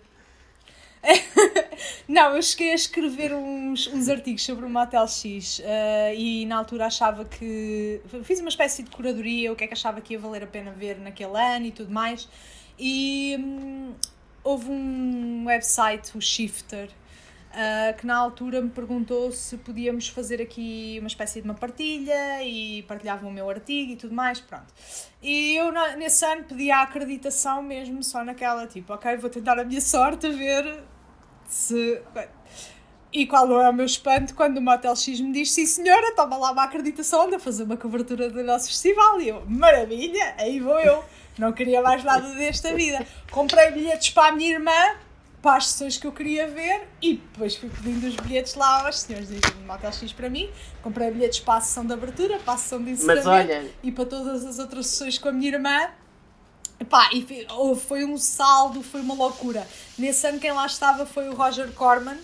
não, eu cheguei a escrever uns, uns artigos sobre o Motel X, uh, e na altura achava que... Fiz uma espécie de curadoria, o que é que achava que ia valer a pena ver naquele ano e tudo mais, e... Hum, houve um website, o Shifter, uh, que na altura me perguntou se podíamos fazer aqui uma espécie de uma partilha, e partilhavam o meu artigo e tudo mais, pronto. E eu nesse ano pedi a acreditação mesmo, só naquela, tipo, ok, vou tentar a minha sorte a ver se... E qual não é o meu espanto quando o Motel X me diz, sim senhora, toma lá uma acreditação, anda a fazer uma cobertura do nosso festival. E eu, maravilha, aí vou eu. Não queria mais nada desta vida. Comprei bilhetes para a minha irmã, para as sessões que eu queria ver, e depois fui pedindo os bilhetes lá aos senhores do Motel X para mim. Comprei bilhetes para a sessão de abertura, para a sessão de encerramento, olha... e para todas as outras sessões com a minha irmã. Epá, e foi um saldo, foi uma loucura. Nesse ano quem lá estava foi o Roger Corman,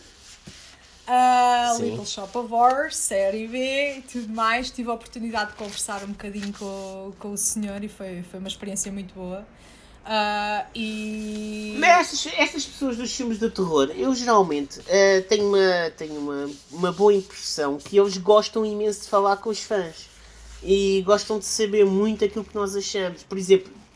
Uh, Little Shop of Horrors, série B e tudo mais. Tive a oportunidade de conversar um bocadinho com, com o senhor e foi, foi uma experiência muito boa. Uh, e... Mas estas, estas pessoas dos filmes de terror, eu geralmente uh, tenho, uma, tenho uma, uma boa impressão que eles gostam imenso de falar com os fãs e gostam de saber muito aquilo que nós achamos. Por exemplo,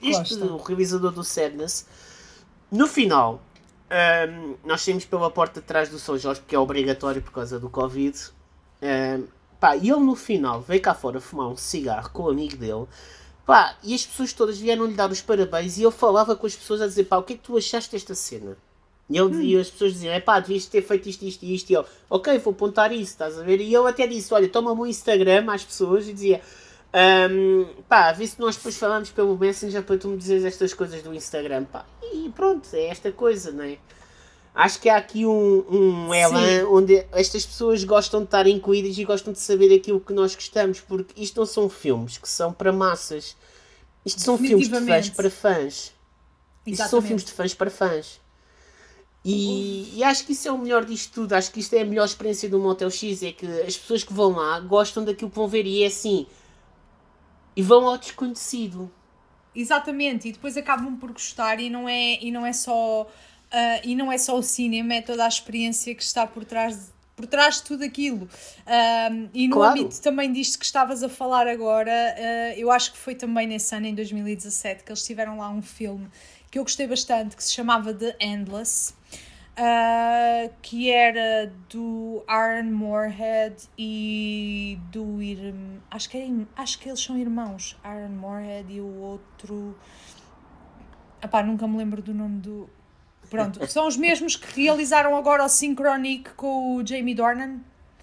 este o realizador do Sadness, no final, um, nós saímos pela porta de trás do São Jorge, porque é obrigatório por causa do Covid. Um, pá, e ele no final veio cá fora fumar um cigarro com o amigo dele. Pá, e as pessoas todas vieram-lhe dar os parabéns e ele falava com as pessoas a dizer, pá, o que é que tu achaste desta cena? E, ele, hum. e as pessoas diziam, é pá, devias ter feito isto, isto e isto. E ele, ok, vou apontar isso, estás a ver? E ele até disse, olha, toma-me um Instagram às pessoas e dizia, um, pá, vê se nós depois falamos pelo Messenger para tu me dizeres estas coisas do Instagram, pá. E pronto, é esta coisa, não é? Acho que há aqui um, um elan onde estas pessoas gostam de estar incluídas e gostam de saber aquilo que nós gostamos, porque isto não são filmes que são para massas. Isto são filmes de fãs para fãs. Exatamente. Isto são filmes de fãs para fãs. E, e acho que isso é o melhor disto tudo. Acho que isto é a melhor experiência do Motel X. É que as pessoas que vão lá gostam daquilo que vão ver e é assim. E vão ao desconhecido. Exatamente. E depois acabam por gostar e não é, e não é só... Uh, e não é só o cinema, é toda a experiência que está por trás de, por trás de tudo aquilo. Uh, e no claro. âmbito também disto que estavas a falar agora, uh, eu acho que foi também nesse ano, em dois mil e dezassete, que eles tiveram lá um filme que eu gostei bastante, que se chamava The Endless, uh, que era do Aaron Moorhead e do... Irm... Acho, que é, acho que eles são irmãos, Aaron Moorhead e o outro... Epá, nunca me lembro do nome do... Pronto, são os mesmos que realizaram agora o Synchronic com o Jamie Dornan.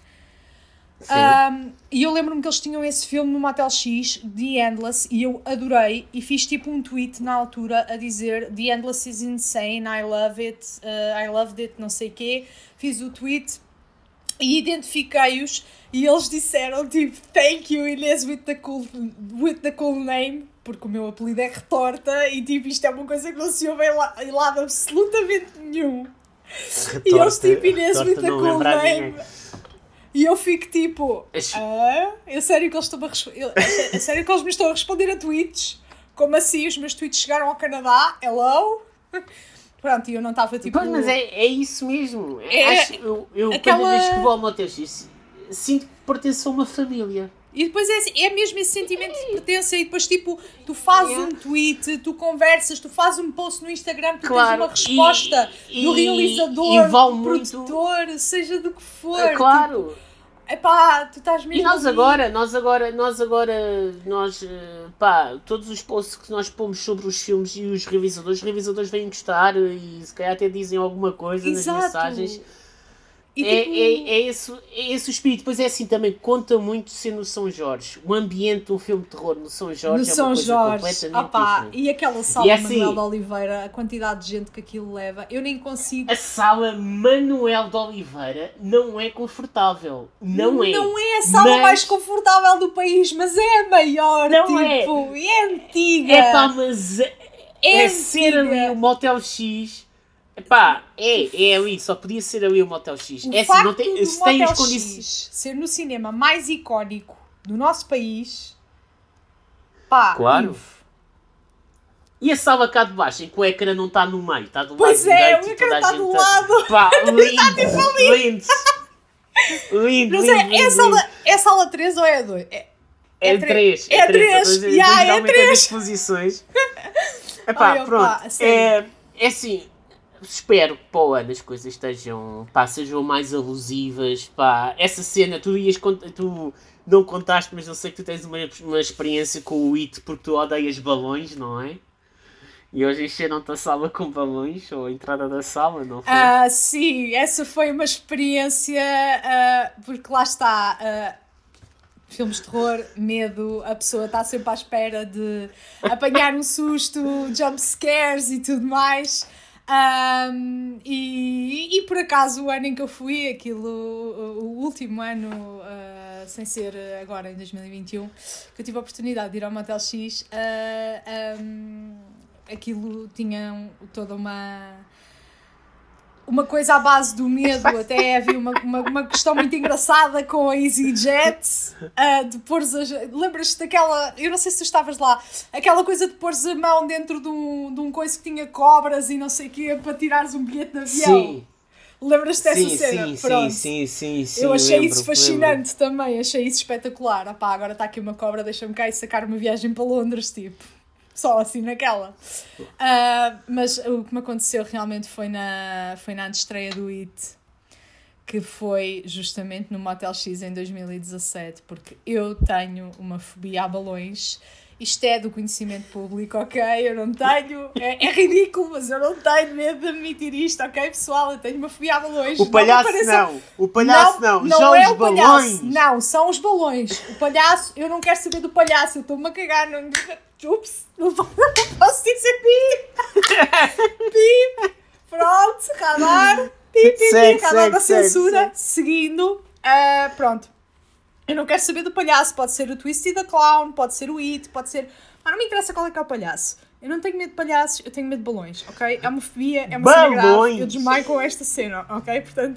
Um, e eu lembro-me que eles tinham esse filme no Motel X, The Endless, e eu adorei. E fiz tipo um tweet na altura a dizer The Endless is insane, I love it, uh, I loved it, não sei o quê. Fiz o tweet e identifiquei-os e eles disseram tipo thank you Inês with the cool, with the cool name, porque o meu apelido é Retorta e tipo isto é uma coisa que não se ouve em, la, em lado absolutamente nenhum. Retorta, e eles tipo Inês with the cool name e eu fico tipo ah, é sério que eles estão a, é sério que eles me estão a responder a tweets? Como assim? Os meus tweets chegaram ao Canadá? Hello? Pronto, e eu não estava tipo... Pois, mas é, é isso mesmo. É, Acho, eu eu aquela... cada vez que vou ao Motel X sinto que pertenço a uma família. E depois é, é mesmo esse sentimento de pertença e depois tipo, tu fazes um tweet, tu conversas, tu fazes um post no Instagram, tu claro. tens uma resposta e, do realizador, e vale do produtor, muito... seja do que for. É claro. Tipo, epá, tu estás mesmo e nós ali. agora, nós agora, nós agora, nós, pá, todos os posts que nós pomos sobre os filmes e os realizadores, os realizadores vêm gostar e se calhar até dizem alguma coisa Exato. nas mensagens. E, é, tipo... é, é, esse, é esse o espírito. Pois é assim também, conta muito ser no São Jorge. O ambiente de um filme de terror no São Jorge no é São uma coisa Jorge. completamente Opa, diferente. E aquela sala e é assim, Manuel de Oliveira, a quantidade de gente que aquilo leva, eu nem consigo... A sala Manuel de Oliveira não é confortável. Não, não é. Não é a sala mas... mais confortável do país, mas é a maior, não tipo, é, é antiga. É pá, mas é, é, é ser ali o Motel X... Epá, é, é ali, só podia ser ali o Motel X. O é facto assim, não tem, do se Motel tem X condi- ser no cinema mais icónico do nosso país, pá, claro. Uf. E a sala cá de baixo, em que o ecrã não está no meio, está do pois lado é, direito o e ecrã toda a está gente do lado. Pá, lindo, lindo, lindo, não lindo, sei, lindo, é, sala, é sala três ou é a dois? É, é três. É três, é yeah, geralmente é três. das exposições. Epá, Ai, pronto, opa, é, é assim... Espero que para o ano as coisas estejam, pá, sejam mais alusivas, pá. Essa cena, tu ias, tu não contaste, mas eu sei que tu tens uma, uma experiência com o It porque tu odeias balões, não é? E hoje encheram-te a sala com balões, ou a entrada da sala, não foi? Ah, sim, essa foi uma experiência, uh, porque lá está... Uh, filmes de terror, medo, a pessoa está sempre à espera de apanhar um susto, jump scares e tudo mais... Um, e, e por acaso o ano em que eu fui, aquilo, o, o último ano, uh, sem ser agora em dois mil e vinte e um, que eu tive a oportunidade de ir ao Motel X, uh, um, aquilo tinha um, toda uma... uma coisa à base do medo, até havia uma, uma, uma questão muito engraçada com a EasyJet, uh, de pôres as... Lembras-te daquela... Eu não sei se tu estavas lá, aquela coisa de pôres a mão dentro de um, de um coisa que tinha cobras e não sei o quê, para tirares um bilhete de avião. Sim. Lembras-te dessa sim, cena? Sim, Pronto. sim, sim, sim. Eu achei lembro, isso fascinante lembro. também, achei isso espetacular. Ah pá, agora está aqui uma cobra, deixa-me cá e sacar uma viagem para Londres, tipo... Só assim naquela. Uh, mas o que me aconteceu realmente foi na, foi na antestreia do It, que foi justamente no Motel X em dois mil e dezassete, porque eu tenho uma fobia a balões. Isto é do conhecimento público, ok? Eu não tenho... É, é ridículo, mas eu não tenho medo de admitir isto, ok, pessoal? Eu tenho uma fobia a balões. O palhaço não, pareça... não. O palhaço não. Não, não são é os balões. Palhaço. Não, são os balões. O palhaço... Eu não quero saber do palhaço. Eu estou-me a cagar. Não... Ups. Não posso dizer pi. Pi. Pronto. Radar. Pi, pi, pi. Radar da censura. Segue. Seguindo. Uh, pronto. Eu não quero saber do palhaço, pode ser o Twisted the Clown, pode ser o It, pode ser... Mas não me interessa qual é que é o palhaço. Eu não tenho medo de palhaços, eu tenho medo de balões, ok? É uma fobia, é uma cena grave, eu desmaio com esta cena, ok? Portanto...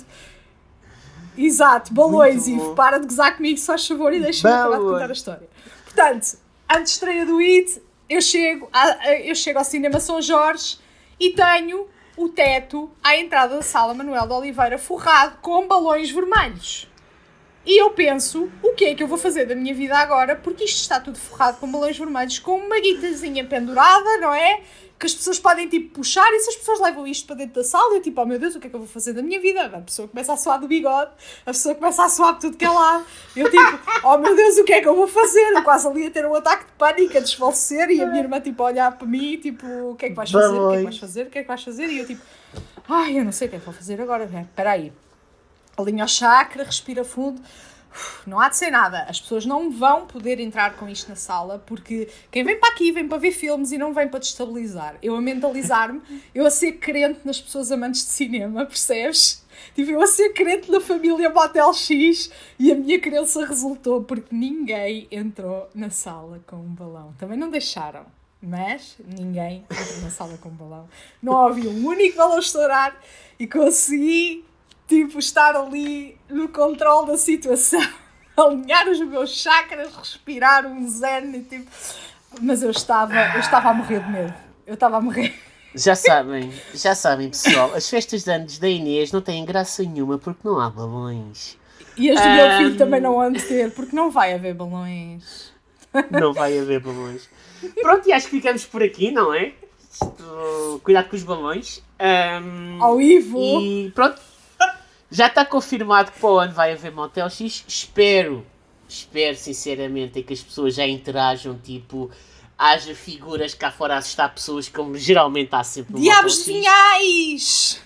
Exato, balões, Ivo, para de gozar comigo, se faz favor, e deixa-me acabar de contar a história. Portanto, antes de estreia do It, eu chego, a, eu chego ao Cinema São Jorge e tenho o teto à entrada da sala Manuel de Oliveira forrado com balões vermelhos. E eu penso, o que é que eu vou fazer da minha vida agora? Porque isto está tudo forrado com balões vermelhos, com uma guitazinha pendurada, não é? Que as pessoas podem, tipo, puxar, e se as pessoas levam isto para dentro da sala, eu, tipo, oh meu Deus, o que é que eu vou fazer da minha vida? A pessoa começa a suar do bigode, a pessoa começa a suar por tudo que é lado. Eu, tipo, oh meu Deus, o que é que eu vou fazer? Eu quase ali a ter um ataque de pânico, a desfalecer, e a minha irmã, tipo, a olhar para mim, tipo, o que é que vais fazer? O que é que vais fazer? O que é que vais fazer? E eu, tipo, ai, eu não sei o que é que vou fazer agora. Espera aí. Alinha o chakra, respira fundo. Não há de ser nada. As pessoas não vão poder entrar com isto na sala, porque quem vem para aqui vem para ver filmes e não vem para destabilizar. Eu a mentalizar-me, eu a ser crente nas pessoas amantes de cinema, percebes? Tipo, eu a ser crente na família Motel X, e a minha crença resultou porque ninguém entrou na sala com um balão. Também não deixaram, mas ninguém entrou na sala com um balão. Não havia um único balão estourar e consegui... tipo, estar ali no controle da situação, alinhar os meus chakras, respirar um zen, e, tipo... Mas eu estava, eu estava a morrer de medo. Eu estava a morrer. Já sabem, já sabem, pessoal, as festas de anos da Inês não têm graça nenhuma porque não há balões. E as do um... meu filho também não hão de ter, porque não vai haver balões. Não vai haver balões. Pronto, e acho que ficamos por aqui, não é? Estou... Cuidado com os balões. Um... Ao Ivo! E pronto. Já está confirmado que para o ano vai haver Motel X. Espero, espero sinceramente é que as pessoas já interajam, tipo, haja figuras cá fora a assustar pessoas, como geralmente há sempre no Diabos de vinhais!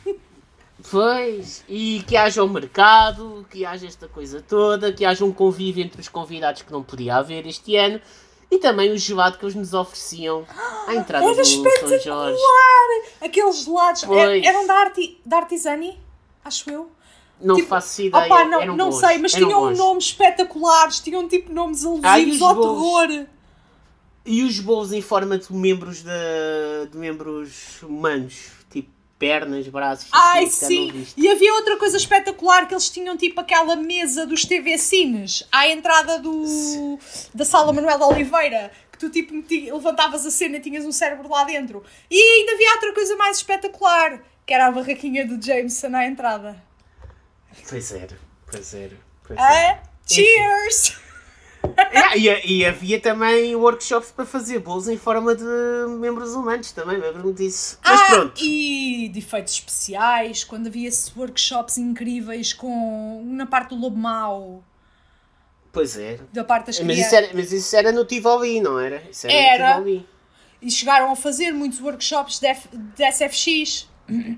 Pois, e que haja um mercado, que haja esta coisa toda, que haja um convívio entre os convidados que não podia haver este ano, e também o gelado que eles nos ofereciam à entrada do São Jorge. Aqueles gelados eram da, arti, da Artisani? Acho eu. Não tipo, faço ideia. Opa, não eram não bons, sei, mas tinham bons. nomes espetaculares, tinham tipo nomes alusivos ao terror. E os bolos em forma de membros de, de membros humanos, tipo pernas, braços. Ai, assim, sim. E havia outra coisa espetacular, que eles tinham tipo aquela mesa dos T V Cines à entrada do, da sala Manuel de Oliveira, que tu tipo levantavas a cena e tinhas um cérebro lá dentro. E ainda havia outra coisa mais espetacular, que era a barraquinha do Jameson à entrada. Pois era, pois era. Pois era. Ah, cheers! É, e, e havia também workshops para fazer bolos em forma de membros humanos também, lembro-me disso. Mas ah, pronto. E de efeitos especiais, quando havia workshops incríveis com na parte do lobo mau. Pois era. Da parte das mas, isso era mas isso era no Tivoli, não era? Isso era, era. No Tivoli. E chegaram a fazer muitos workshops de, F, de S F X.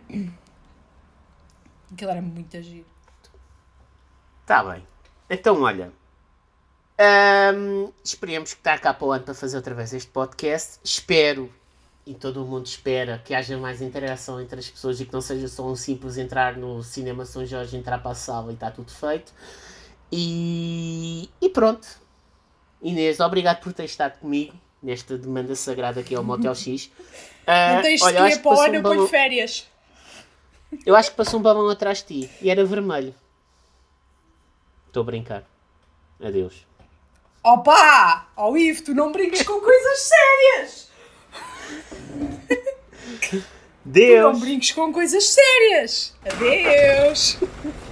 Aquilo era muito agir. Está bem. Então, olha. Um, esperemos que está cá para o ano para fazer outra vez este podcast. Espero, e todo o mundo espera, que haja mais interação entre as pessoas e que não seja só um simples entrar no Cinema São Jorge, entrar para a sala e está tudo feito. E, e pronto. Inês, obrigado por ter estado comigo nesta demanda sagrada que é o Motel X. Uh, não tens olha, de ir para o ano, eu vou de férias. Eu acho que passou um balão atrás de ti e era vermelho. Estou a brincar. Adeus. Opa! Ó oh, Ivo, tu não brinques com coisas sérias! Deus! Tu não brinques com coisas sérias! Adeus!